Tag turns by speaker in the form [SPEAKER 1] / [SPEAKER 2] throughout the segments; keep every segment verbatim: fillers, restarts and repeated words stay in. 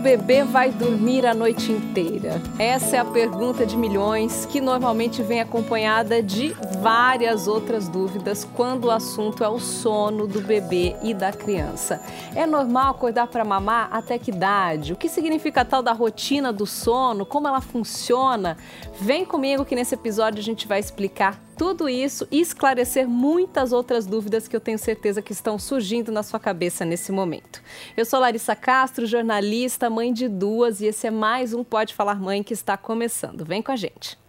[SPEAKER 1] bebê vai dormir a noite inteira? Essa é a pergunta de milhões que normalmente vem acompanhada de várias outras dúvidas quando o assunto é o sono do bebê e da criança. É normal acordar para mamar até que idade? O que significa a tal da rotina do sono? Como ela funciona? Vem comigo que nesse episódio a gente vai explicar tudo isso e esclarecer muitas outras dúvidas que eu tenho certeza que estão surgindo na sua cabeça nesse momento. Eu sou Larissa Castro, jornalista, mãe de duas, e esse é mais um Pode Falar Mãe que está começando. Vem com a gente.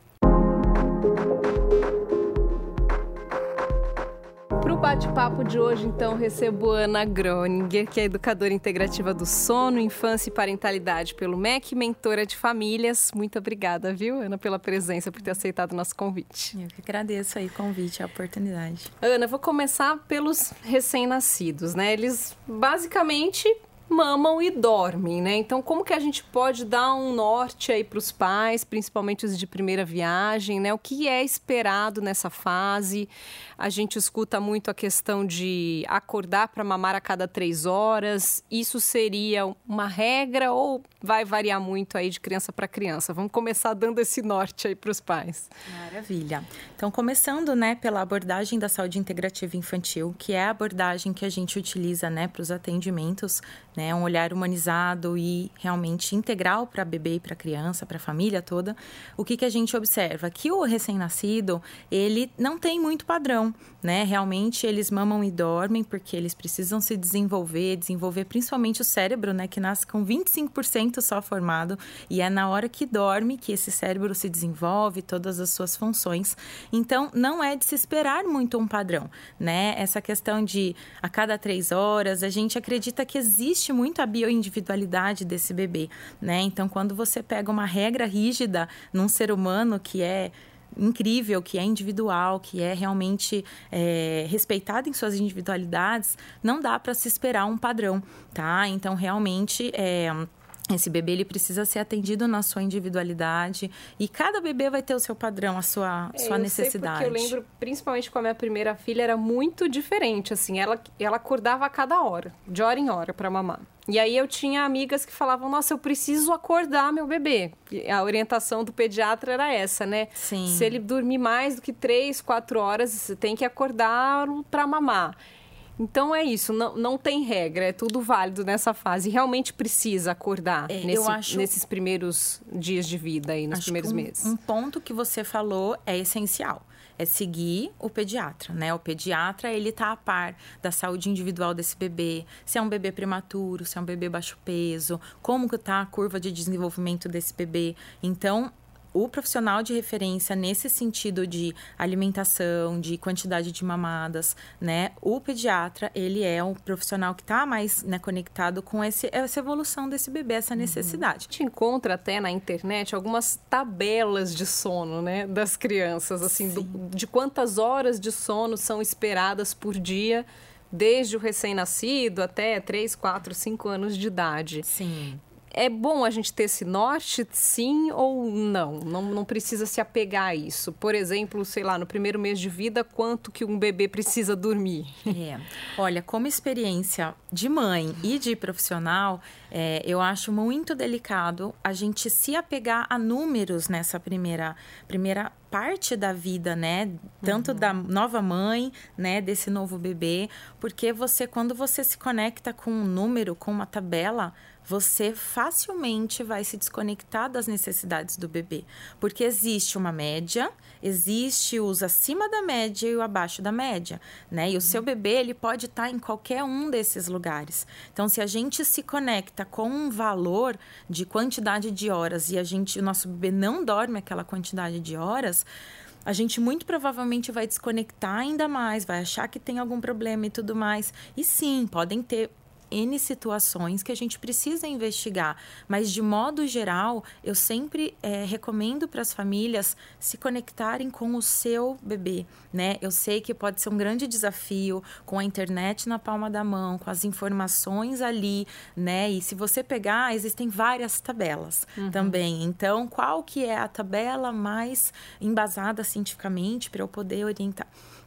[SPEAKER 1] Para o bate-papo de hoje, então, recebo Ana Groninger, que é educadora integrativa do sono, infância e parentalidade pelo M E C, mentora de famílias. Muito obrigada, viu, Ana, pela presença, por ter aceitado o nosso convite.
[SPEAKER 2] Eu que agradeço aí o convite, a oportunidade.
[SPEAKER 1] Ana, vou começar pelos recém-nascidos, né? Eles basicamente mamam e dormem, né? Então, como que a gente pode dar um norte aí para os pais, principalmente os de primeira viagem, né? O que é esperado nessa fase? A gente escuta muito a questão de acordar para mamar a cada três horas. Isso seria uma regra ou vai variar muito aí de criança para criança? Vamos começar dando esse norte aí para os pais.
[SPEAKER 2] Maravilha. Então, começando, né, pela abordagem da saúde integrativa infantil, que é a abordagem que a gente utiliza, né, para os atendimentos, né, um olhar humanizado e realmente integral para bebê e para criança, para a família toda. O que que a gente observa? Que o recém-nascido, ele não tem muito padrão, né? Realmente eles mamam e dormem porque eles precisam se desenvolver, desenvolver principalmente o cérebro, né, que nasce com vinte e cinco por cento só formado, e é na hora que dorme que esse cérebro se desenvolve, todas as suas funções. Então, não é de se esperar muito um padrão, né? Essa questão de a cada três horas, a gente acredita que existe muito a bioindividualidade desse bebê, né? Então, quando você pega uma regra rígida num ser humano que é incrível, que é individual, que é realmente é, respeitado em suas individualidades, não dá para se esperar um padrão, tá? Então, realmente, é... esse bebê ele precisa ser atendido na sua individualidade e cada bebê vai ter o seu padrão, a sua,
[SPEAKER 1] é,
[SPEAKER 2] sua
[SPEAKER 1] eu
[SPEAKER 2] necessidade.
[SPEAKER 1] Sei porque eu lembro, principalmente com a minha primeira filha, era muito diferente, assim, ela, ela acordava a cada hora, de hora em hora para mamar. E aí eu tinha amigas que falavam, nossa, eu preciso acordar meu bebê. E a orientação do pediatra era essa, né?
[SPEAKER 2] Sim.
[SPEAKER 1] Se ele dormir mais do que três, quatro horas, você tem que acordá-lo para mamar. Então é isso, não, não tem regra, é tudo válido nessa fase. Realmente precisa acordar
[SPEAKER 2] é,
[SPEAKER 1] nesse,
[SPEAKER 2] eu acho,
[SPEAKER 1] nesses primeiros dias de vida aí, nos primeiros
[SPEAKER 2] um,
[SPEAKER 1] meses.
[SPEAKER 2] Um ponto que você falou é essencial. É seguir o pediatra, né? O pediatra, ele tá a par da saúde individual desse bebê, se é um bebê prematuro, se é um bebê baixo peso, como que tá a curva de desenvolvimento desse bebê. Então, o profissional de referência nesse sentido de alimentação, de quantidade de mamadas, né? O pediatra, ele é um profissional que está mais, né, conectado com esse, essa evolução desse bebê, essa necessidade.
[SPEAKER 1] A gente encontra até na internet algumas tabelas de sono, né, das crianças, assim, do, de quantas horas de sono são esperadas por dia, desde o recém-nascido até três, quatro, cinco anos de idade.
[SPEAKER 2] Sim.
[SPEAKER 1] É bom a gente ter esse norte, sim ou não? não? Não precisa se apegar a isso. Por exemplo, sei lá, no primeiro mês de vida, quanto que um bebê precisa dormir?
[SPEAKER 2] É. Olha, como experiência de mãe e de profissional, é, eu acho muito delicado a gente se apegar a números nessa primeira, primeira parte da vida, né? Tanto uhum. da nova mãe, né? Desse novo bebê. Porque você, quando você se conecta com um número, com uma tabela, você facilmente vai se desconectar das necessidades do bebê. Porque existe uma média, existe os acima da média e o abaixo da média, né? E o seu bebê, ele pode estar em qualquer um desses lugares. Então, se a gente se conecta com um valor de quantidade de horas e a gente, o nosso bebê não dorme aquela quantidade de horas, a gente muito provavelmente vai desconectar ainda mais, vai achar que tem algum problema e tudo mais. E sim, podem ter N situações que a gente precisa investigar, mas de modo geral, eu sempre é, recomendo para as famílias se conectarem com o seu bebê, né? Eu sei que pode ser um grande desafio com a internet na palma da mão, com as informações ali, né? E se você pegar, existem várias tabelas uhum. também. Então, qual que é a tabela mais embasada cientificamente para eu poder orientar?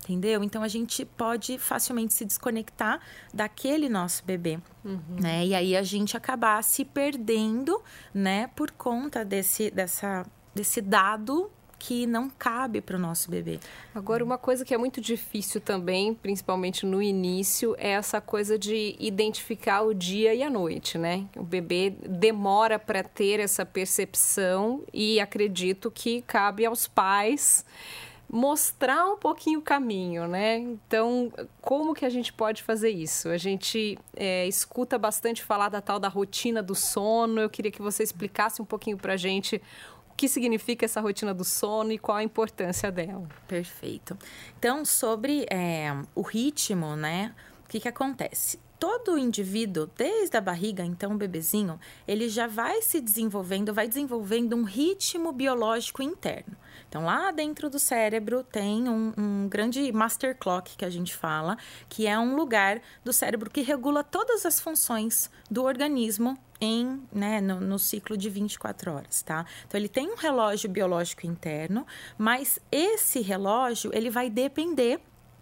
[SPEAKER 2] entendeu? Então, a gente pode facilmente se desconectar daquele nosso bebê, uhum. né? E aí, a gente acabar se perdendo, né? Por conta desse, dessa, desse dado que não cabe para o nosso bebê.
[SPEAKER 1] Agora, uma coisa que é muito difícil também, principalmente no início, é essa coisa de identificar o dia e a noite, né? O bebê demora para ter essa percepção e acredito que cabe aos pais mostrar um pouquinho o caminho, né? Então, como que a gente pode fazer isso? A gente é, escuta bastante falar da tal da rotina do sono. Eu queria que você explicasse um pouquinho para a gente o que significa essa rotina do sono e qual a importância dela.
[SPEAKER 2] Perfeito. Então, sobre é, o ritmo, né? O que que acontece? Todo indivíduo, desde a barriga, então o bebezinho, ele já vai se desenvolvendo, vai desenvolvendo um ritmo biológico interno. Então, lá dentro do cérebro tem um, um grande master clock, que a gente fala, que é um lugar do cérebro que regula todas as funções do organismo em, né, no, no ciclo de vinte e quatro horas, tá? Então, ele tem um relógio biológico interno, mas esse relógio, ele vai depender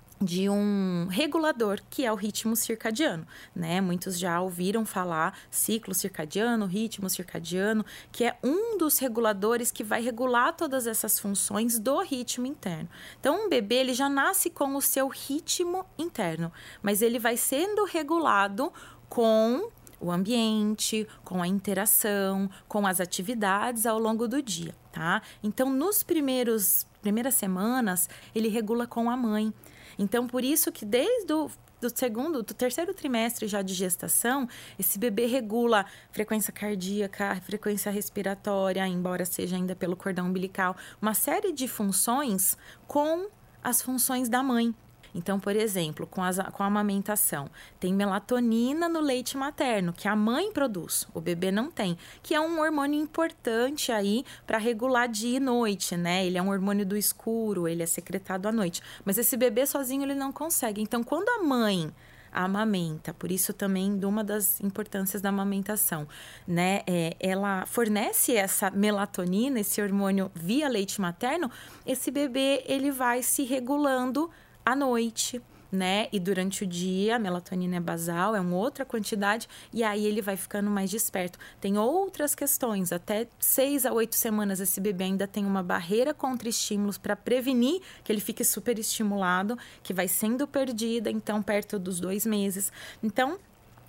[SPEAKER 2] de um regulador, que é o ritmo circadiano, né? Muitos já ouviram falar ciclo circadiano, ritmo circadiano, que é um dos reguladores que vai regular todas essas funções do ritmo interno. Então, um bebê, ele já nasce com o seu ritmo interno, mas ele vai sendo regulado com o ambiente, com a interação, com as atividades ao longo do dia, tá? Então, nos primeiros primeiras semanas, ele regula com a mãe. Então, por isso que desde o do segundo, do terceiro trimestre já de gestação, esse bebê regula frequência cardíaca, frequência respiratória, embora seja ainda pelo cordão umbilical, uma série de funções com as funções da mãe. Então, por exemplo, com, as, com a amamentação, tem melatonina no leite materno, que a mãe produz, o bebê não tem, que é um hormônio importante aí para regular dia e noite, né? Ele é um hormônio do escuro, ele é secretado à noite. Mas esse bebê sozinho ele não consegue. Então, quando a mãe amamenta, por isso também de uma das importâncias da amamentação, né? É, ela fornece essa melatonina, esse hormônio via leite materno, esse bebê ele vai se regulando à noite, né? E durante o dia, a melatonina é basal, é uma outra quantidade, e aí ele vai ficando mais desperto. Tem outras questões, até seis a oito semanas esse bebê ainda tem uma barreira contra estímulos para prevenir que ele fique super estimulado, que vai sendo perdida, então, perto dos dois meses. Então,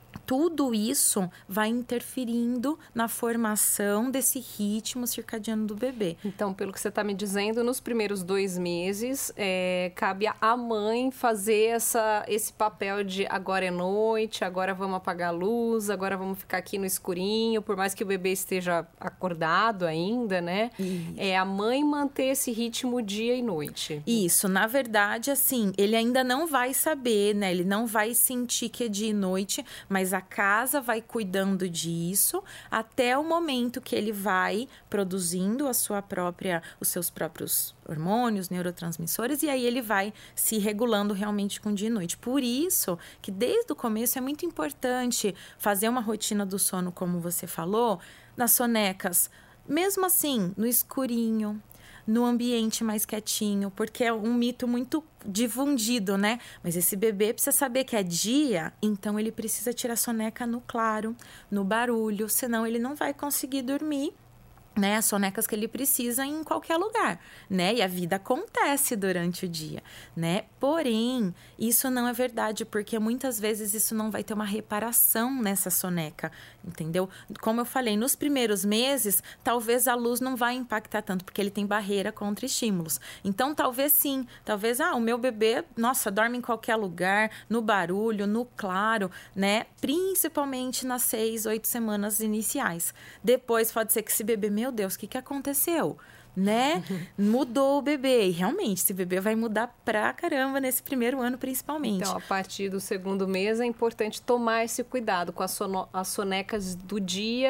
[SPEAKER 2] tudo isso vai interferindo na formação desse ritmo circadiano do bebê.
[SPEAKER 1] Então, pelo que você está me dizendo, nos primeiros dois meses, é, cabe à mãe fazer essa, esse papel de agora é noite, agora vamos apagar a luz, agora vamos ficar aqui no escurinho, por mais que o bebê esteja acordado ainda, né? Isso. É a mãe manter esse ritmo dia e noite.
[SPEAKER 2] Isso, na verdade, assim, ele ainda não vai saber, né? Ele não vai sentir que é dia e noite, mas Mas a casa vai cuidando disso até o momento que ele vai produzindo a sua própria, os seus próprios hormônios, neurotransmissores, e aí ele vai se regulando realmente com dia e noite. Por isso que desde o começo é muito importante fazer uma rotina do sono, como você falou, nas sonecas, mesmo assim, no escurinho, no ambiente mais quietinho, porque é um mito muito difundido, né? Mas esse bebê precisa saber que é dia, então ele precisa tirar soneca no claro, no barulho, senão ele não vai conseguir dormir, né? As sonecas que ele precisa em qualquer lugar, né? E a vida acontece durante o dia, né? Porém, isso não é verdade, porque muitas vezes isso não vai ter uma reparação nessa soneca, entendeu? Como eu falei, nos primeiros meses, talvez a luz não vai impactar tanto, porque ele tem barreira contra estímulos. Então, talvez sim, talvez, ah, o meu bebê, nossa, dorme em qualquer lugar, no barulho, no claro, né? Principalmente nas seis, oito semanas iniciais. Depois, pode ser que esse bebê, meu Deus, o que que aconteceu? Né? Mudou o bebê. E realmente, esse bebê vai mudar pra caramba nesse primeiro ano, principalmente.
[SPEAKER 1] Então, a partir do segundo mês, é importante tomar esse cuidado com as, sono- as sonecas do dia.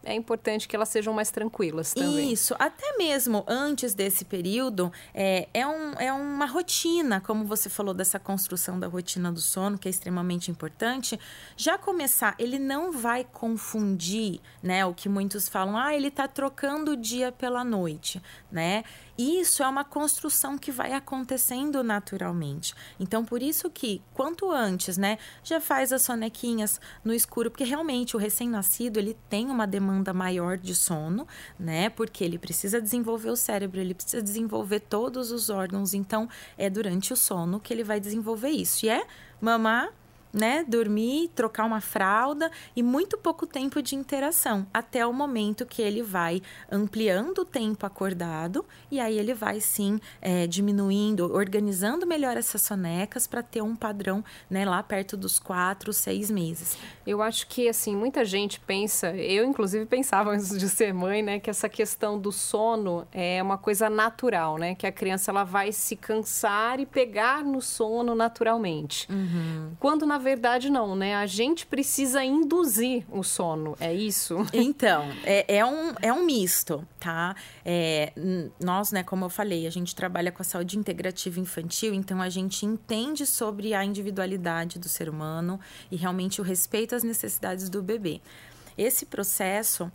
[SPEAKER 1] é importante que elas sejam mais tranquilas também.
[SPEAKER 2] Isso, até mesmo antes desse período, é, é, um, é uma rotina, como você falou dessa construção da rotina do sono, que é extremamente importante. Já começar, ele não vai confundir, né, o que muitos falam, ah, ele está trocando o dia pela noite, né? Isso é uma construção que vai acontecendo naturalmente. Então, por isso que, quanto antes, né, já faz as sonequinhas no escuro, porque realmente o recém-nascido, ele tem uma demanda maior de sono, né, porque ele precisa desenvolver o cérebro, ele precisa desenvolver todos os órgãos, então é durante o sono que ele vai desenvolver isso. E é mamar, né, dormir, trocar uma fralda e muito pouco tempo de interação, até o momento que ele vai ampliando o tempo acordado e aí ele vai sim é, diminuindo, organizando melhor essas sonecas para ter um padrão, né, lá perto dos quatro, seis meses.
[SPEAKER 1] Eu acho que, assim, muita gente pensa, eu inclusive pensava antes de ser mãe, né, que essa questão do sono é uma coisa natural, né, que a criança ela vai se cansar e pegar no sono naturalmente. Uhum. Quando, na verdade, não, né, a gente precisa induzir o sono, é isso?
[SPEAKER 2] Então, é, é, um, é um misto, tá? É, nós, né, como eu falei, a gente trabalha com a saúde integrativa infantil, então a gente entende sobre a individualidade do ser humano e realmente o respeito às necessidades do bebê. Esse processo,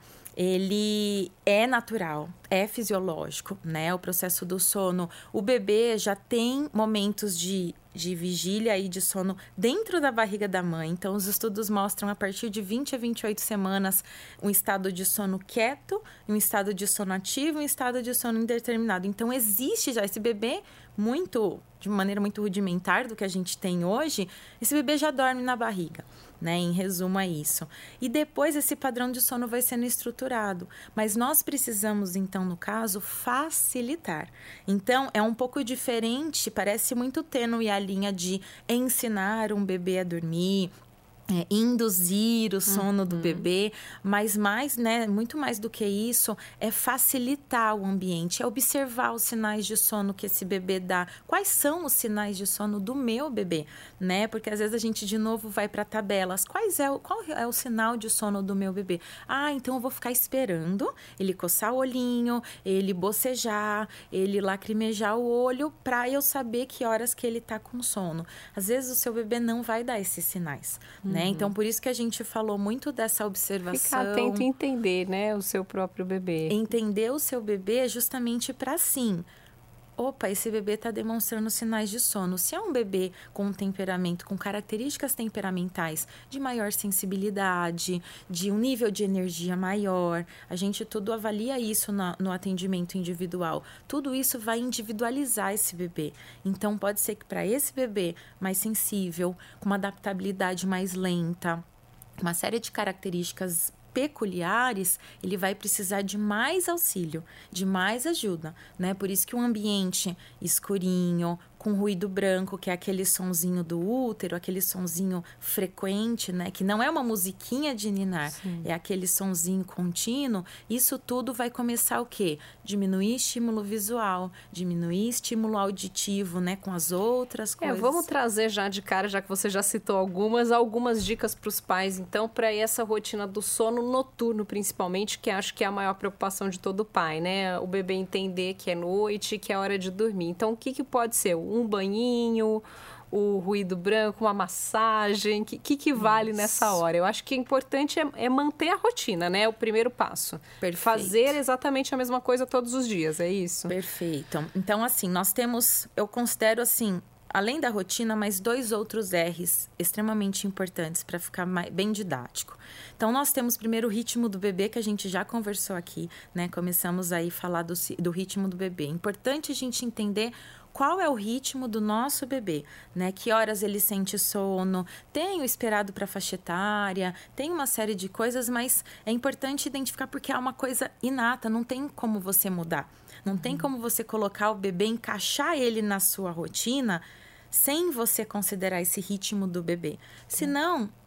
[SPEAKER 2] ele é natural, é fisiológico, né? O processo do sono. O bebê já tem momentos de, de vigília e de sono dentro da barriga da mãe. Então, os estudos mostram a partir de vinte a vinte e oito semanas um estado de sono quieto, um estado de sono ativo e um estado de sono indeterminado. Então, existe já esse bebê muito, de maneira muito rudimentar do que a gente tem hoje, esse bebê já dorme na barriga. Né, em resumo é isso. E depois esse padrão de sono vai sendo estruturado. Mas nós precisamos, então, no caso, facilitar. Então, é um pouco diferente, parece muito tênue a linha de ensinar um bebê a dormir, É, induzir o sono uhum. do bebê, mas mais, né, muito mais do que isso, é facilitar o ambiente, é observar os sinais de sono que esse bebê dá. Quais são os sinais de sono do meu bebê, né? Porque às vezes a gente de novo vai para tabelas. Quais é o, qual é o sinal de sono do meu bebê? Ah, então eu vou ficar esperando ele coçar o olhinho, ele bocejar, ele lacrimejar o olho, para eu saber que horas que ele tá com sono. Às vezes o seu bebê não vai dar esses sinais, uhum. né? Então, por isso que a gente falou muito dessa observação.
[SPEAKER 1] Ficar atento e entender, né, o seu próprio bebê.
[SPEAKER 2] Entender o seu bebê justamente para, sim, opa, esse bebê está demonstrando sinais de sono. Se é um bebê com um temperamento, com características temperamentais de maior sensibilidade, de um nível de energia maior, a gente tudo avalia isso na, no atendimento individual. Tudo isso vai individualizar esse bebê. Então, pode ser que para esse bebê mais sensível, com uma adaptabilidade mais lenta, uma série de características peculiares, ele vai precisar de mais auxílio, de mais ajuda, né? Por isso que um ambiente escurinho, com ruído branco, que é aquele sonzinho do útero, aquele sonzinho frequente, né? Que não é uma musiquinha de ninar, Sim. é aquele sonzinho contínuo. Isso tudo vai começar o quê? Diminuir estímulo visual, diminuir estímulo auditivo, né? Com as outras coisas.
[SPEAKER 1] É, vamos trazer já de cara, já que você já citou algumas, algumas dicas para os pais, então, para essa rotina do sono noturno, principalmente, que acho que é a maior preocupação de todo pai, né? O bebê entender que é noite, que é hora de dormir. Então, o que, que pode ser? Um banhinho, o ruído branco, uma massagem, o que, que, que vale Isso. nessa hora? Eu acho que o importante é, é manter a rotina, né? O primeiro passo.
[SPEAKER 2] Perfeito.
[SPEAKER 1] Fazer exatamente a mesma coisa todos os dias, é isso?
[SPEAKER 2] Perfeito. Então, assim, nós temos, eu considero assim, além da rotina, mais dois outros R's extremamente importantes para ficar mais, bem didático. Então, nós temos primeiro o ritmo do bebê, que a gente já conversou aqui, né? Começamos aí a falar do, do ritmo do bebê. É importante a gente entender qual é o ritmo do nosso bebê, né? Que horas ele sente sono, tem o esperado para a faixa etária, tem uma série de coisas, mas é importante identificar porque é uma coisa inata, não tem como você mudar. Não tem como você colocar o bebê, encaixar ele na sua rotina sem você considerar esse ritmo do bebê. Senão,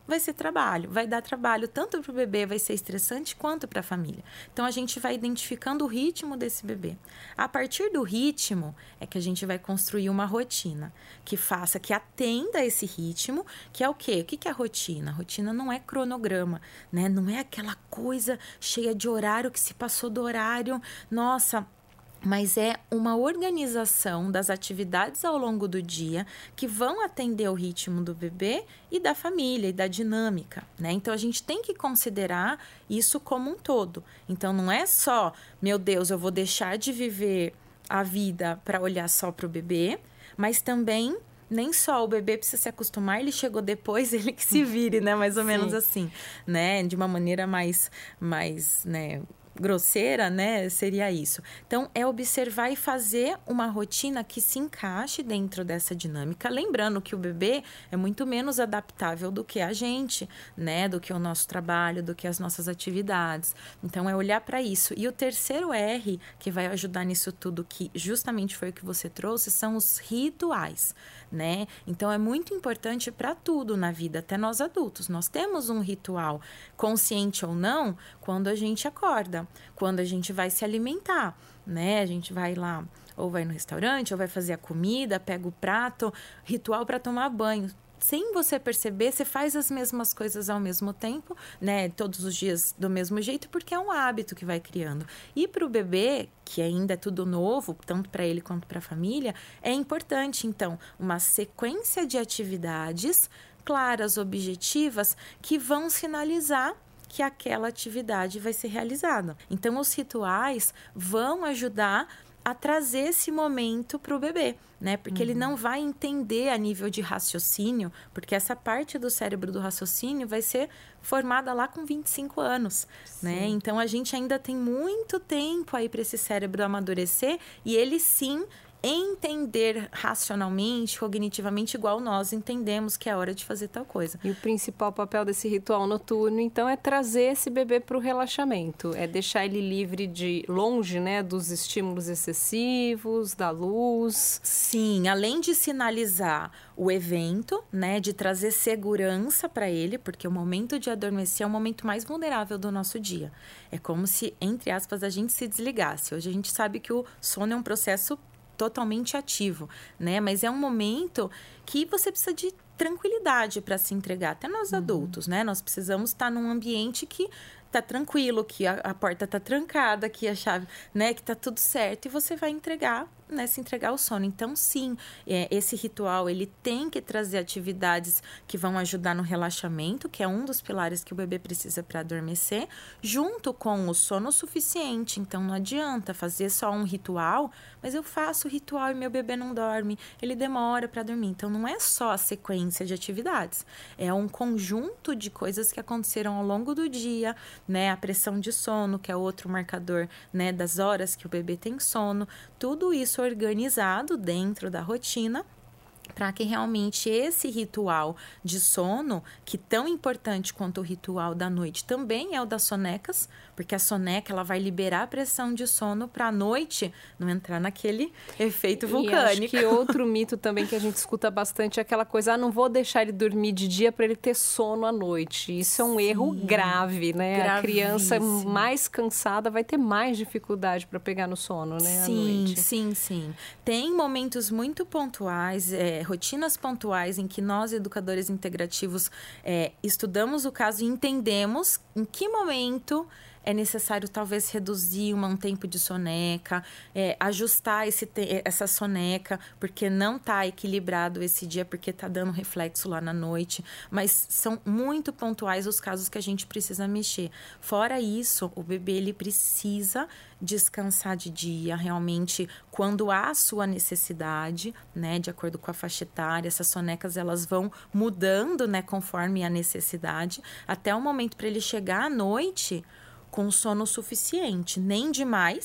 [SPEAKER 2] vai ser trabalho, vai dar trabalho tanto para o bebê, vai ser estressante, quanto para a família. Então, a gente vai identificando o ritmo desse bebê. A partir do ritmo, é que a gente vai construir uma rotina que faça, que atenda a esse ritmo, que é o quê? O que é a rotina? A rotina não é cronograma, né? Não é aquela coisa cheia de horário que se passou do horário, nossa... Mas é uma organização das atividades ao longo do dia que vão atender o ritmo do bebê e da família e da dinâmica, né? Então, a gente tem que considerar isso como um todo. Então, não é só, meu Deus, eu vou deixar de viver a vida para olhar só para o bebê, mas também... Nem só o bebê precisa se acostumar, ele chegou depois, ele que se vire, né? Mais ou Sim. menos assim, né? De uma maneira mais, mais, né... grosseira, né, seria isso. Então, é observar e fazer uma rotina que se encaixe dentro dessa dinâmica, lembrando que o bebê é muito menos adaptável do que a gente, né, do que o nosso trabalho, do que as nossas atividades. Então, é olhar para isso. E o terceiro R, que vai ajudar nisso tudo, que justamente foi o que você trouxe, são os rituais, né? Então, é muito importante para tudo na vida, até nós adultos. Nós temos um ritual, consciente ou não, quando a gente acorda, quando a gente vai se alimentar, né? A gente vai lá, ou vai no restaurante, ou vai fazer a comida, pega o prato, ritual para tomar banho. Sem você perceber, você faz as mesmas coisas ao mesmo tempo, né? Todos os dias do mesmo jeito, porque é um hábito que vai criando. E para o bebê, que ainda é tudo novo, tanto para ele quanto para a família, é importante, então, uma sequência de atividades claras, objetivas, que vão sinalizar que aquela atividade vai ser realizada. Então, os rituais vão ajudar a trazer esse momento para o bebê, né? Porque uhum. ele não vai entender a nível de raciocínio, porque essa parte do cérebro do raciocínio vai ser formada lá com vinte e cinco anos, sim. né? Então, a gente ainda tem muito tempo aí para esse cérebro amadurecer e ele sim entender racionalmente, cognitivamente, igual nós entendemos que é hora de fazer tal coisa.
[SPEAKER 1] E o principal papel desse ritual noturno, então, é trazer esse bebê para o relaxamento, é deixar ele livre de, longe, né, dos estímulos excessivos, da luz.
[SPEAKER 2] Sim, além de sinalizar o evento, né, de trazer segurança para ele, porque o momento de adormecer é o momento mais vulnerável do nosso dia. É como se, entre aspas, a gente se desligasse. Hoje a gente sabe que o sono é um processo totalmente ativo, né? Mas é um momento que você precisa de tranquilidade para se entregar. Até nós uhum. adultos, né? Nós precisamos estar num ambiente que tá tranquilo, que a, a porta tá trancada, que a chave, né? Que tá tudo certo e você vai entregar, né? Se entregar o sono. Então, sim, é, esse ritual, ele tem que trazer atividades que vão ajudar no relaxamento, que é um dos pilares que o bebê precisa para adormecer, junto com o sono suficiente. Então, não adianta fazer só um ritual, mas eu faço o ritual e meu bebê não dorme, ele demora para dormir. Então, não é só a sequência de atividades, é um conjunto de coisas que aconteceram ao longo do dia, né? A pressão de sono, que é outro marcador, né? Das horas que o bebê tem sono, tudo isso organizado dentro da rotina, para que realmente esse ritual de sono, que tão importante quanto o ritual da noite, também é o das sonecas, porque a soneca ela vai liberar a pressão de sono para a noite não entrar naquele efeito vulcânico.
[SPEAKER 1] E acho que outro mito também que a gente escuta bastante é aquela coisa, ah, não vou deixar ele dormir de dia para ele ter sono à noite. Isso é um Sim, erro grave, né? Gravíssimo. A criança mais cansada vai ter mais dificuldade para pegar no sono, né?
[SPEAKER 2] Sim,
[SPEAKER 1] à noite.
[SPEAKER 2] sim, sim. Tem momentos muito pontuais, é, rotinas pontuais em que nós, educadores integrativos, é, estudamos o caso e entendemos em que momento é necessário talvez reduzir uma, um tempo de soneca, é, ajustar esse te- essa soneca, porque não está equilibrado esse dia, porque está dando reflexo lá na noite. Mas são muito pontuais os casos que a gente precisa mexer. Fora isso, o bebê ele precisa descansar de dia, realmente, quando há a sua necessidade, né, de acordo com a faixa etária. Essas sonecas, elas vão mudando, né, conforme a necessidade, até o momento para ele chegar à noite com sono suficiente, nem demais,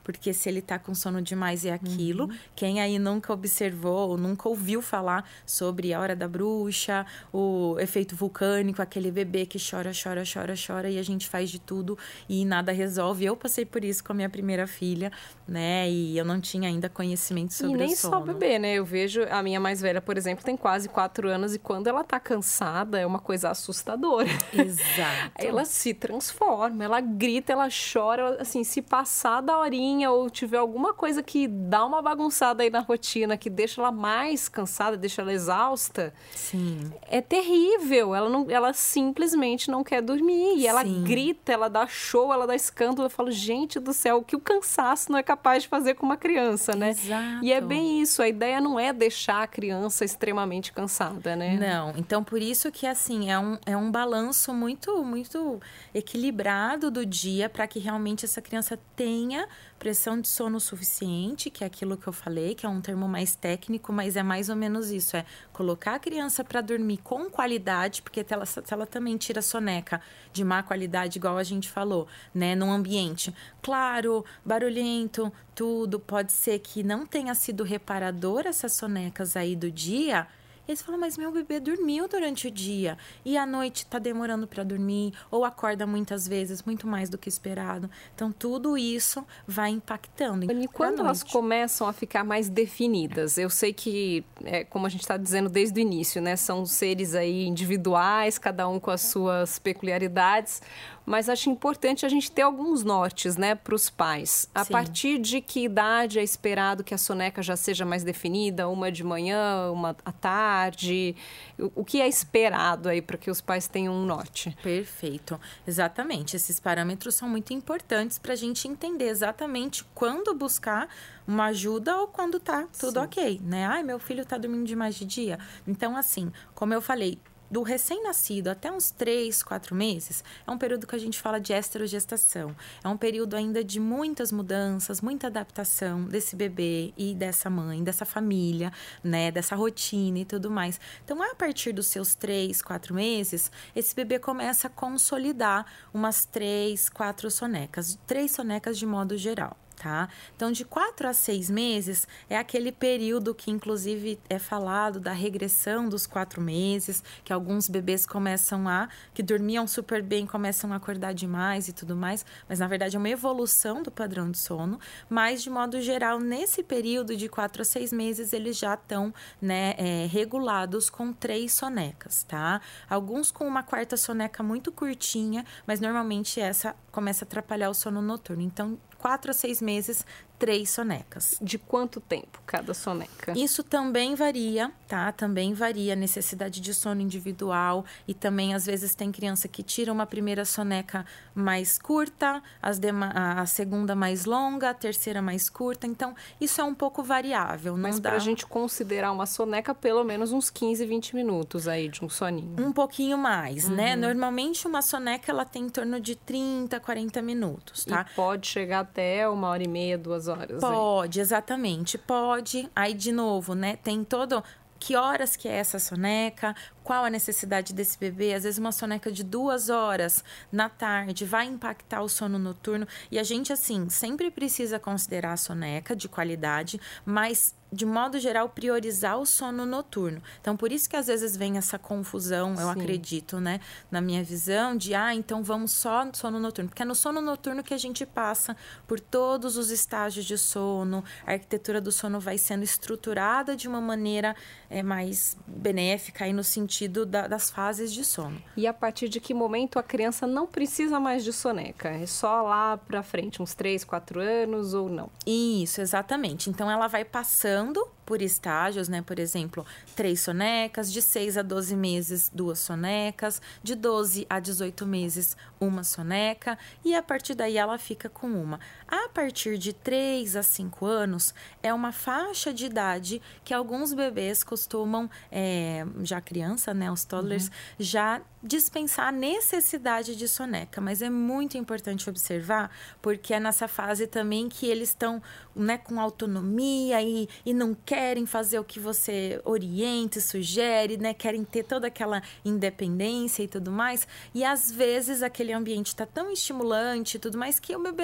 [SPEAKER 2] porque se ele tá com sono demais é aquilo.
[SPEAKER 1] Uhum.
[SPEAKER 2] Quem aí nunca observou ou nunca ouviu falar sobre a hora da bruxa, o efeito vulcânico, aquele bebê que chora, chora, chora, chora e a gente faz de tudo e nada resolve. Eu passei por isso com a minha primeira filha, né? E eu não tinha ainda conhecimento sobre o sono.
[SPEAKER 1] E nem só bebê, né? Eu vejo a minha mais velha, por exemplo, tem quase quatro anos e quando ela tá cansada é uma coisa assustadora.
[SPEAKER 2] Exato.
[SPEAKER 1] Ela se transforma, ela grita, ela chora, assim, se passar da horinha ou tiver alguma coisa que dá uma bagunçada aí na rotina, que deixa ela mais cansada, deixa ela exausta.
[SPEAKER 2] Sim.
[SPEAKER 1] É terrível. Ela, não, ela simplesmente não quer dormir. E ela
[SPEAKER 2] Sim.
[SPEAKER 1] grita, ela dá show, ela dá escândalo. Eu falo, gente do céu, o que o cansaço não é capaz de fazer com uma criança, né?
[SPEAKER 2] Exato.
[SPEAKER 1] E é bem isso. A ideia não é deixar a criança extremamente cansada, né?
[SPEAKER 2] Não. Então, por isso que, assim, é um, é um balanço muito, muito equilibrado do dia para que realmente essa criança tenha pressão de sono suficiente, que é aquilo que eu falei, que é um termo mais técnico, mas é mais ou menos isso, é colocar a criança para dormir com qualidade, porque se ela, se ela também tira soneca de má qualidade, igual a gente falou, né, num ambiente claro, barulhento, tudo, pode ser que não tenha sido reparador essas sonecas aí do dia. E eles falam, mas meu bebê dormiu durante o dia e à noite tá demorando para dormir ou acorda muitas vezes, muito mais do que esperado. Então, tudo isso vai impactando.
[SPEAKER 1] E quando elas começam a ficar mais definidas? Eu sei que, é, como a gente está dizendo desde o início, né? São seres aí individuais, cada um com as suas peculiaridades, mas acho importante a gente ter alguns nortes, né, para os pais. A
[SPEAKER 2] Sim.
[SPEAKER 1] partir de que idade é esperado que a soneca já seja mais definida? Uma de manhã, uma à tarde? O, o que é esperado aí para que os pais tenham um norte?
[SPEAKER 2] Perfeito. Exatamente. Esses parâmetros são muito importantes para a gente entender exatamente quando buscar uma ajuda ou quando tá tudo
[SPEAKER 1] Sim.
[SPEAKER 2] ok, né? Ai, meu filho tá dormindo demais de dia. Então, assim, como eu falei, do recém-nascido até uns três, quatro meses, é um período que a gente fala de esterogestação. É um período ainda de muitas mudanças, muita adaptação desse bebê e dessa mãe, dessa família, né, dessa rotina e tudo mais. Então, a partir dos seus três, quatro meses, esse bebê começa a consolidar umas três, quatro sonecas. Três sonecas de modo geral. Tá? Então, de quatro a seis meses é aquele período que, inclusive, é falado da regressão dos quatro meses, que alguns bebês começam a, que dormiam super bem, começam a acordar demais e tudo mais, mas, na verdade, é uma evolução do padrão de sono, mas, de modo geral, nesse período de quatro a seis meses, eles já estão, né, é, regulados com três sonecas, tá? Alguns com uma quarta soneca muito curtinha, mas, normalmente, essa começa a atrapalhar o sono noturno. Então, quatro a seis meses, três sonecas.
[SPEAKER 1] De quanto tempo cada soneca?
[SPEAKER 2] Isso também varia, tá? Também varia a necessidade de sono individual e também, às vezes, tem criança que tira uma primeira soneca mais curta, as dema- a segunda mais longa, a terceira mais curta. Então, isso é um pouco variável. Não
[SPEAKER 1] Mas
[SPEAKER 2] dá...
[SPEAKER 1] pra gente considerar uma soneca, pelo menos uns quinze, vinte minutos aí de um soninho.
[SPEAKER 2] Um pouquinho mais,
[SPEAKER 1] uhum.
[SPEAKER 2] né? Normalmente, uma soneca, ela tem em torno de trinta, quarenta minutos, tá?
[SPEAKER 1] E pode chegar até uma hora e meia, duas horas.
[SPEAKER 2] Pode,
[SPEAKER 1] aí.
[SPEAKER 2] Exatamente, pode. Aí, de novo, né, tem todo... Que horas que é essa soneca? Qual a necessidade desse bebê? Às vezes uma soneca de duas horas na tarde vai impactar o sono noturno. E a gente, assim, sempre precisa considerar a soneca de qualidade, mas, de modo geral, priorizar o sono noturno. Então, por isso que às vezes vem essa confusão, eu
[SPEAKER 1] Sim.
[SPEAKER 2] acredito, né? Na minha visão, de, ah, então vamos só no sono noturno. Porque é no sono noturno que a gente passa por todos os estágios de sono, a arquitetura do sono vai sendo estruturada de uma maneira é, mais benéfica aí no sentido da, das fases de sono.
[SPEAKER 1] E a partir de que momento a criança não precisa mais de soneca? É só lá pra frente, uns três, quatro anos ou não?
[SPEAKER 2] Isso, exatamente. Então, ela vai passando por estágios, né? Por exemplo, três sonecas, de seis a doze meses, duas sonecas, de doze a dezoito meses, uma soneca, e a partir daí ela fica com uma. A partir de três a cinco anos, é uma faixa de idade que alguns bebês costumam, é, já criança, né? Os toddlers, uhum. já dispensar a necessidade de soneca, mas é muito importante observar, porque é nessa fase também que eles estão, né, com autonomia e, e não querem fazer o que você orienta, sugere, né, querem ter toda aquela independência e tudo mais, e às vezes aquele ambiente está tão estimulante e tudo mais que o bebê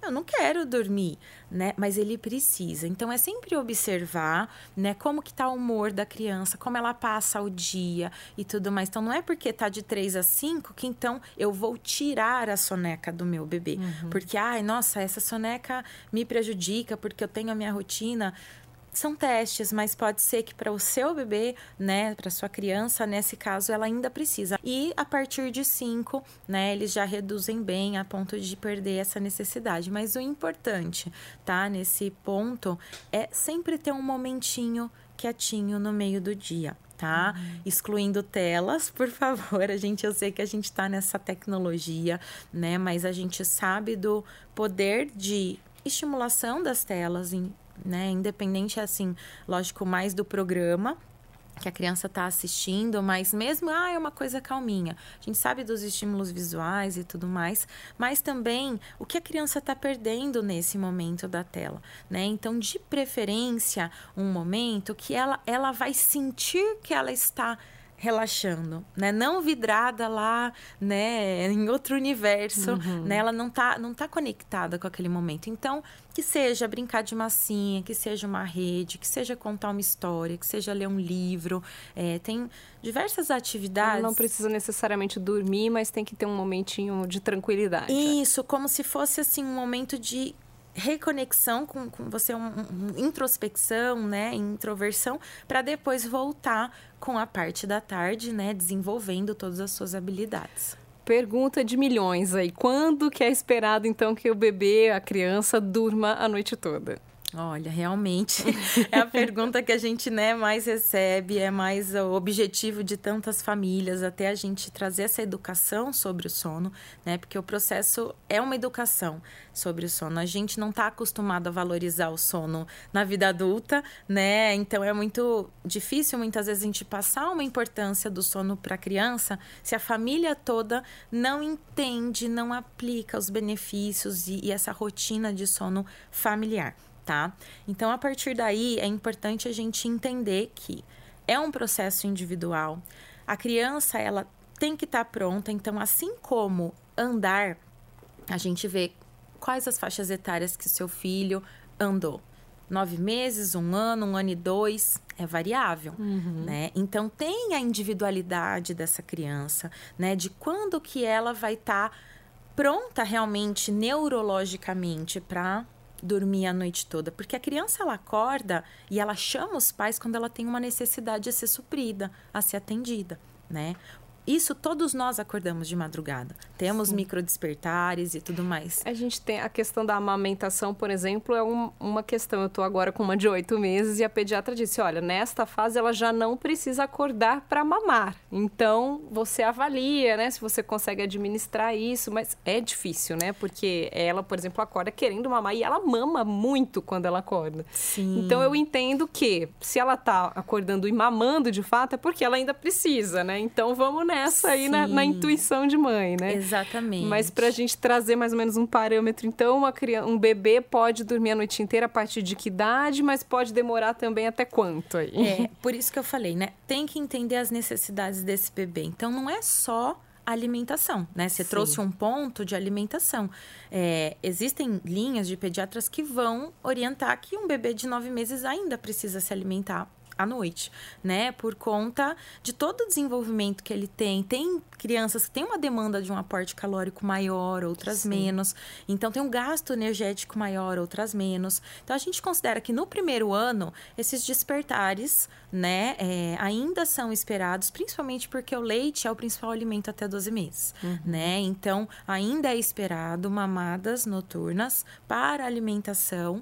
[SPEAKER 2] eu não quero dormir, né? Mas ele precisa. Então, é sempre observar, né? Como que tá o humor da criança, como ela passa o dia e tudo mais. Então, não é porque tá de três a cinco que, então, eu vou tirar a soneca do meu bebê. Uhum. Porque, ai, nossa, essa soneca me prejudica porque eu tenho a minha rotina. São testes, mas pode ser que para o seu bebê, né, para sua criança, nesse caso, ela ainda precisa. E a partir de cinco, né, eles já reduzem bem a ponto de perder essa necessidade. Mas o importante, tá, nesse ponto, é sempre ter um momentinho quietinho no meio do dia, tá? Uhum. Excluindo telas, por favor. A gente, eu sei que a gente tá nessa tecnologia, né, mas a gente sabe do poder de estimulação das telas em né? Independente, assim, lógico, mais do programa que a criança está assistindo, mas mesmo, ah, é uma coisa calminha. A gente sabe dos estímulos visuais e tudo mais, mas também o que a criança está perdendo nesse momento da tela, né? Então, de preferência, um momento que ela, ela vai sentir que ela está relaxando, né? Não vidrada lá, né? Em outro universo, uhum. né? Ela não tá, não tá conectada com aquele momento. Então, que seja brincar de massinha, que seja uma rede, que seja contar uma história, que seja ler um livro. É, tem diversas atividades.
[SPEAKER 1] Ela não precisa necessariamente dormir, mas tem que ter um momentinho de tranquilidade.
[SPEAKER 2] Isso, né? Como se fosse, assim, um momento de reconexão com, com você, um, um, introspecção, né, introversão, para depois voltar com a parte da tarde, né, desenvolvendo todas as suas habilidades.
[SPEAKER 1] Pergunta de milhões aí. Quando que é esperado, então, que o bebê, a criança, durma a noite toda?
[SPEAKER 2] Olha, realmente é a pergunta que a gente, né, mais recebe, é mais o objetivo de tantas famílias, até a gente trazer essa educação sobre o sono, né, porque o processo é uma educação sobre o sono. A gente não está acostumado a valorizar o sono na vida adulta, né, então é muito difícil muitas vezes a gente passar uma importância do sono para a criança se a família toda não entende, não aplica os benefícios e, e essa rotina de sono familiar. Tá? Então, a partir daí, é importante a gente entender que é um processo individual. A criança, ela tem que estar pronta. Então, assim como andar, a gente vê quais as faixas etárias que o seu filho andou. Nove meses, um ano, um ano e dois, é variável, uhum. né? Então, tem a individualidade dessa criança, né? De quando que ela vai estar pronta realmente, neurologicamente, para dormir a noite toda, porque a criança ela acorda e ela chama os pais quando ela tem uma necessidade a ser suprida, a ser atendida, né? Isso todos nós acordamos de madrugada. Temos microdespertares e tudo mais.
[SPEAKER 1] A gente tem a questão da amamentação, por exemplo, é um, uma questão. Eu estou agora com uma de oito meses e a pediatra disse, olha, nesta fase ela já não precisa acordar para mamar. Então, você avalia, né, se você consegue administrar isso, mas é difícil, né? Porque ela, por exemplo, acorda querendo mamar e ela mama muito quando ela acorda.
[SPEAKER 2] Sim.
[SPEAKER 1] Então, eu entendo que se ela está acordando e mamando de fato, é porque ela ainda precisa, né? Então, vamos nessa. Essa aí na, na intuição de mãe, né?
[SPEAKER 2] Exatamente.
[SPEAKER 1] Mas pra gente trazer mais ou menos um parâmetro, então, uma criança, um bebê pode dormir a noite inteira a partir de que idade, mas pode demorar também até quanto aí?
[SPEAKER 2] É, por isso que eu falei, né? Tem que entender as necessidades desse bebê. Então, não é só alimentação, né? Você Sim. trouxe um ponto de alimentação. É, existem linhas de pediatras que vão orientar que um bebê de nove meses ainda precisa se alimentar à noite, né? Por conta de todo o desenvolvimento que ele tem. Tem crianças que têm uma demanda de um aporte calórico maior, outras Sim. menos. Então, tem um gasto energético maior, outras menos. Então, a gente considera que no primeiro ano, esses despertares, né, é, ainda são esperados, principalmente porque o leite é o principal alimento até doze meses, uhum. né? Então, ainda é esperado mamadas noturnas para alimentação,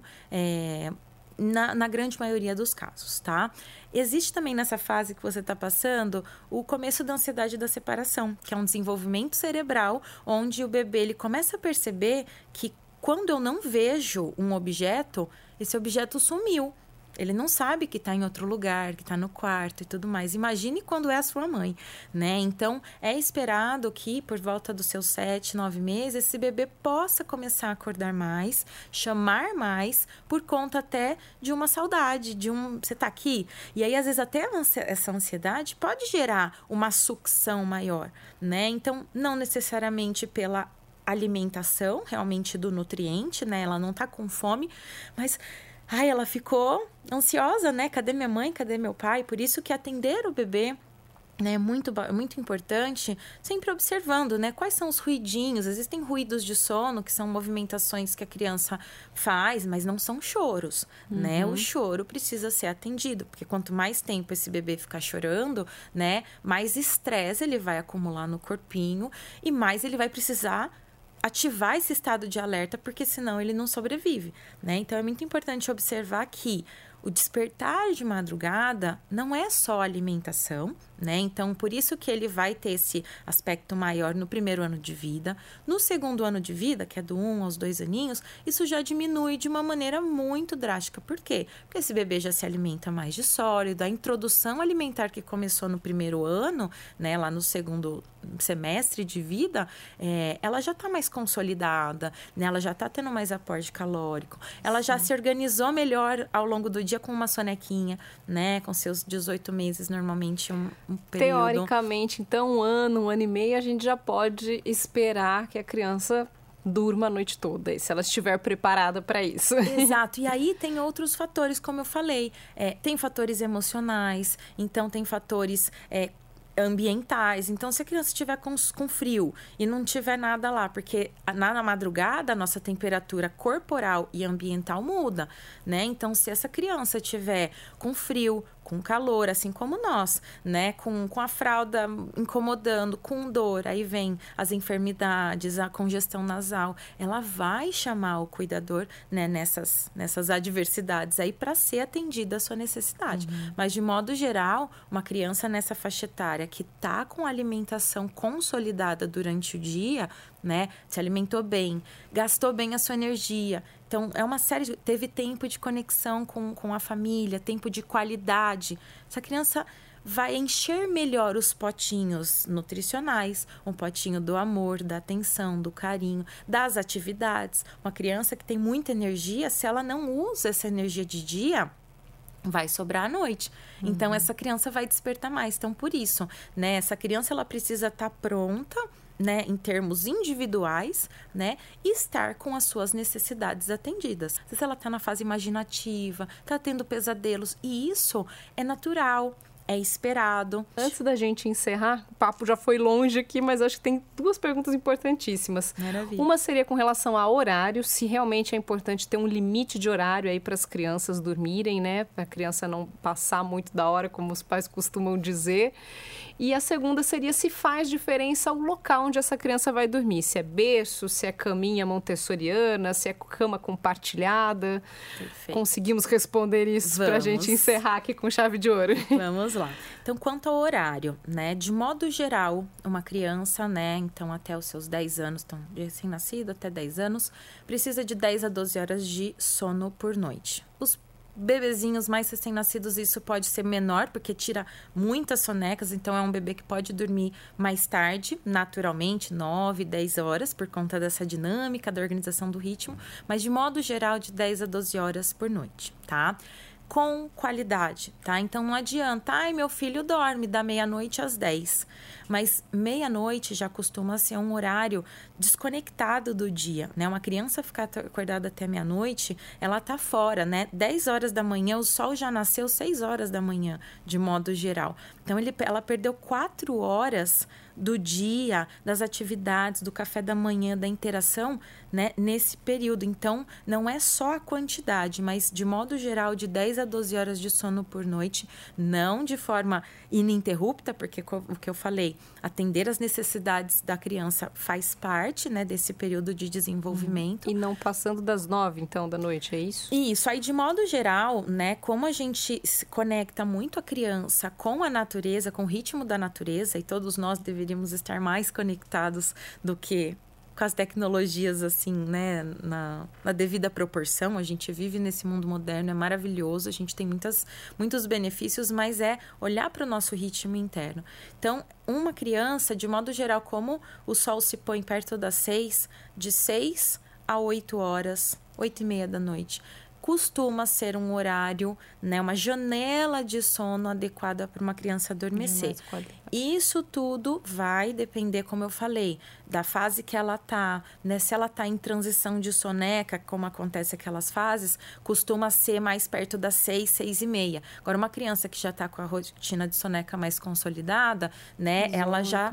[SPEAKER 2] é, Na, na grande maioria dos casos, tá? Existe também nessa fase que você está passando o começo da ansiedade da separação, que é um desenvolvimento cerebral onde o bebê ele começa a perceber que quando eu não vejo um objeto, esse objeto sumiu. Ele não sabe que está em outro lugar, que está no quarto e tudo mais. Imagine quando é a sua mãe, né? Então, é esperado que, por volta dos seus sete, nove meses, esse bebê possa começar a acordar mais, chamar mais, por conta até de uma saudade, de um... Você está aqui? E aí, às vezes, até essa ansiedade pode gerar uma sucção maior, né? Então, não necessariamente pela alimentação, realmente do nutriente, né? Ela não tá com fome, mas... Ai, ela ficou ansiosa, né? Cadê minha mãe? Cadê meu pai? Por isso que atender o bebê, né, é muito, muito importante, sempre observando, né, quais são os ruidinhos. Existem ruídos de sono, que são movimentações que a criança faz, mas não são choros, uhum. né? O choro precisa ser atendido, porque quanto mais tempo esse bebê ficar chorando, né, mais estresse ele vai acumular no corpinho e mais ele vai precisar ativar esse estado de alerta, porque senão ele não sobrevive, né? Então, é muito importante observar que o despertar de madrugada não é só alimentação, né? Então, por isso que ele vai ter esse aspecto maior no primeiro ano de vida. No segundo ano de vida, que é do um aos dois aninhos, isso já diminui de uma maneira muito drástica. Por quê? Porque esse bebê já se alimenta mais de sólido. A introdução alimentar que começou no primeiro ano, né, lá no segundo semestre de vida, é, ela já está mais consolidada, né? Ela já está tendo mais aporte calórico. Ela Sim. já se organizou melhor ao longo do dia com uma sonequinha, né? Com seus dezoito meses, normalmente, um, um período.
[SPEAKER 1] Teoricamente, então, um ano, um ano e meio, a gente já pode esperar que a criança durma a noite toda, se ela estiver preparada para isso.
[SPEAKER 2] Exato. E aí tem outros fatores, como eu falei. É, tem fatores emocionais, então tem fatores... É, ambientais. Então, se a criança estiver com, com frio e não tiver nada lá, porque na, na madrugada a nossa temperatura corporal e ambiental muda, né? Então, se essa criança tiver com frio, com calor, assim como nós, né? Com, com a fralda incomodando, com dor, aí vem as enfermidades, a congestão nasal, ela vai chamar o cuidador, né? Nessas, nessas adversidades aí para ser atendida a sua necessidade. Uhum. Mas, de modo geral, uma criança nessa faixa etária que tá com alimentação consolidada durante o dia, né? Se alimentou bem, gastou bem a sua energia. Então, é uma série de... Teve tempo de conexão com, com a família, tempo de qualidade. Essa criança vai encher melhor os potinhos nutricionais, um potinho do amor, da atenção, do carinho, das atividades. Uma criança que tem muita energia, se ela não usa essa energia de dia... vai sobrar à noite. Uhum. Então, essa criança vai despertar mais. Então, por isso, né? Essa criança, ela precisa estar pronta, né? Em termos individuais, né? E estar com as suas necessidades atendidas. Se ela está na fase imaginativa, está tendo pesadelos. E isso é natural. É esperado.
[SPEAKER 1] Antes da gente encerrar, o papo já foi longe aqui, mas acho que tem duas perguntas importantíssimas.
[SPEAKER 2] Maravilha.
[SPEAKER 1] Uma seria com relação a horário, se realmente é importante ter um limite de horário aí para as crianças dormirem, né? Para a criança não passar muito da hora, como os pais costumam dizer. E a segunda seria se faz diferença o local onde essa criança vai dormir. Se é berço, se é caminha montessoriana, se é cama compartilhada. Perfeito. Conseguimos responder isso para a gente encerrar aqui com chave de ouro.
[SPEAKER 2] Vamos lá. Então, quanto ao horário, né? De modo geral, uma criança, né? Então, até os seus dez anos, então, de recém-nascido até dez anos, precisa de dez a doze horas de sono por noite. Os bebezinhos mais recém-nascidos, isso pode ser menor, porque tira muitas sonecas, então é um bebê que pode dormir mais tarde, naturalmente, nove, dez horas, por conta dessa dinâmica, da organização do ritmo, mas de modo geral, de dez a doze horas por noite, tá? Com qualidade, tá? Então, não adianta, ai, meu filho dorme da meia-noite às dez. Mas meia-noite já costuma ser um horário desconectado do dia, né? Uma criança ficar acordada até meia-noite, ela tá fora, né? dez horas da manhã, o sol já nasceu seis horas da manhã, de modo geral. Então, ele, ela perdeu quatro horas do dia, das atividades, do café da manhã, da interação, né, nesse período. Então, não é só a quantidade, mas de modo geral, de dez a doze horas de sono por noite, não de forma ininterrupta, porque o que eu falei, atender as necessidades da criança faz parte, né, desse período de desenvolvimento.
[SPEAKER 1] E não passando das nove, então, da noite, é isso?
[SPEAKER 2] Isso. Aí, de modo geral, né, como a gente se conecta muito a criança com a natureza, com o ritmo da natureza, e todos nós deveríamos estar mais conectados do que com as tecnologias, assim, né, na, na devida proporção. A gente vive nesse mundo moderno, é maravilhoso, a gente tem muitas, muitos benefícios, mas é olhar para o nosso ritmo interno. Então, uma criança, de modo geral, como o sol se põe perto das seis, de seis a oito horas, oito e meia da noite, costuma ser um horário, né, uma janela de sono adequada para uma criança adormecer. Isso tudo vai depender, como eu falei, da fase que ela tá, né? Se ela tá em transição de soneca, como acontece aquelas fases, costuma ser mais perto das seis, seis e meia. Agora, uma criança que já tá com a rotina de soneca mais consolidada, né? Dezoito, ela já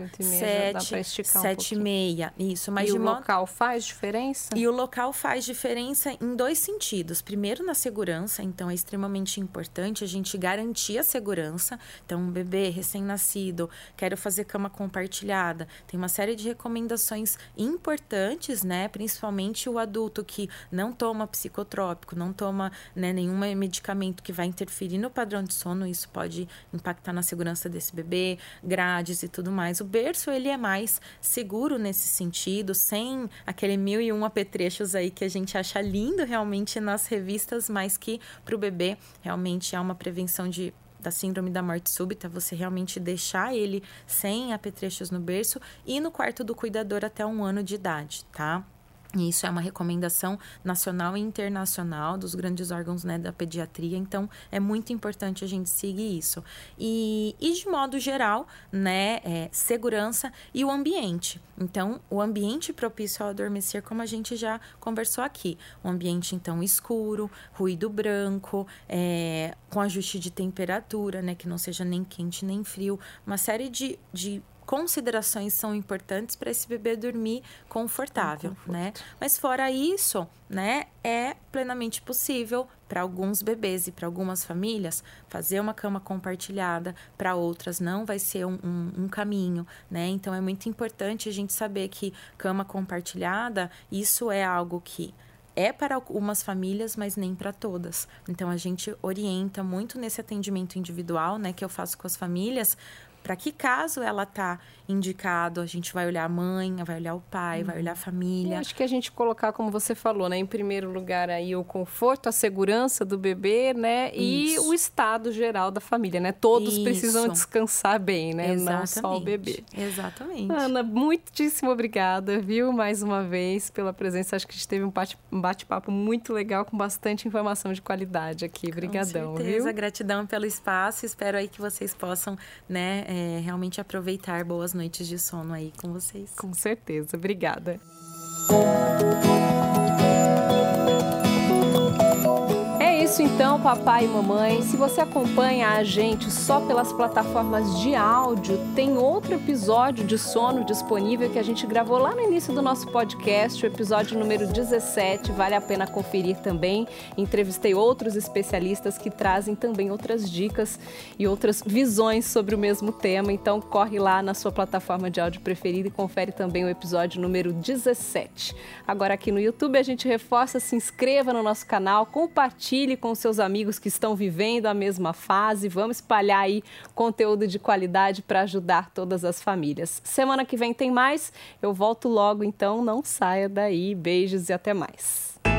[SPEAKER 2] sete, sete e meia. Isso, mas
[SPEAKER 1] e
[SPEAKER 2] de
[SPEAKER 1] o
[SPEAKER 2] modo...
[SPEAKER 1] local faz diferença?
[SPEAKER 2] E o local faz diferença em dois sentidos. Primeiro, na segurança. Então, é extremamente importante a gente garantir a segurança. Então, um bebê recém-nascido, quero fazer cama compartilhada. Tem uma série de recomendações importantes, né? Principalmente o adulto que não toma psicotrópico, não toma, né, nenhum medicamento que vai interferir no padrão de sono. Isso pode impactar na segurança desse bebê, grades e tudo mais. O berço, ele é mais seguro nesse sentido, sem aquele mil e um apetrechos aí que a gente acha lindo realmente nas revistas, mas que para o bebê realmente é uma prevenção de da síndrome da morte súbita, você realmente deixar ele sem apetrechos no berço e no quarto do cuidador até um ano de idade, tá? E isso é uma recomendação nacional e internacional dos grandes órgãos, né, da pediatria, então é muito importante a gente seguir isso. E, e de modo geral, né, é, segurança e o ambiente. Então, o ambiente propício ao adormecer, como a gente já conversou aqui. Um ambiente, então, escuro, ruído branco, é, com ajuste de temperatura, né, que não seja nem quente nem frio, uma série de... de considerações são importantes para esse bebê dormir confortável, né? Mas fora isso, né, é plenamente possível para alguns bebês e para algumas famílias fazer uma cama compartilhada, para outras não vai ser um, um, um caminho, né? Então é muito importante a gente saber que cama compartilhada, isso é algo que é para algumas famílias, mas nem para todas. Então a gente orienta muito nesse atendimento individual, né, que eu faço com as famílias, para que caso ela tá indicado, a gente vai olhar a mãe, vai olhar o pai, uhum. vai olhar a família.
[SPEAKER 1] Eu acho que a gente colocar, como você falou, né, em primeiro lugar aí o conforto, a segurança do bebê, né, e Isso. o estado geral da família, né? Todos Isso. precisam descansar bem, né? Exatamente. Não só o bebê.
[SPEAKER 2] Exatamente.
[SPEAKER 1] Ana, muitíssimo obrigada, viu, mais uma vez pela presença. Acho que a gente teve um bate, um bate-papo muito legal com bastante informação de qualidade aqui. Obrigadão,
[SPEAKER 2] com certeza.
[SPEAKER 1] Viu?
[SPEAKER 2] Gratidão pelo espaço. Espero aí que vocês possam, né, é, realmente aproveitar boas noites de sono aí com vocês.
[SPEAKER 1] Com certeza. Obrigada. É isso então, papai e mamãe. Se você acompanha a gente só pelas plataformas de áudio, tem outro episódio de sono disponível que a gente gravou lá no início do nosso podcast, o episódio número dezessete, vale a pena conferir também. Entrevistei outros especialistas que trazem também outras dicas e outras visões sobre o mesmo tema, então corre lá na sua plataforma de áudio preferida e confere também o episódio número dezessete. Agora aqui no YouTube a gente reforça, se inscreva no nosso canal, compartilhe com seus amigos que estão vivendo a mesma fase. Vamos espalhar aí conteúdo de qualidade para ajudar todas as famílias. Semana que vem tem mais. Eu volto logo, então não saia daí. Beijos e até mais.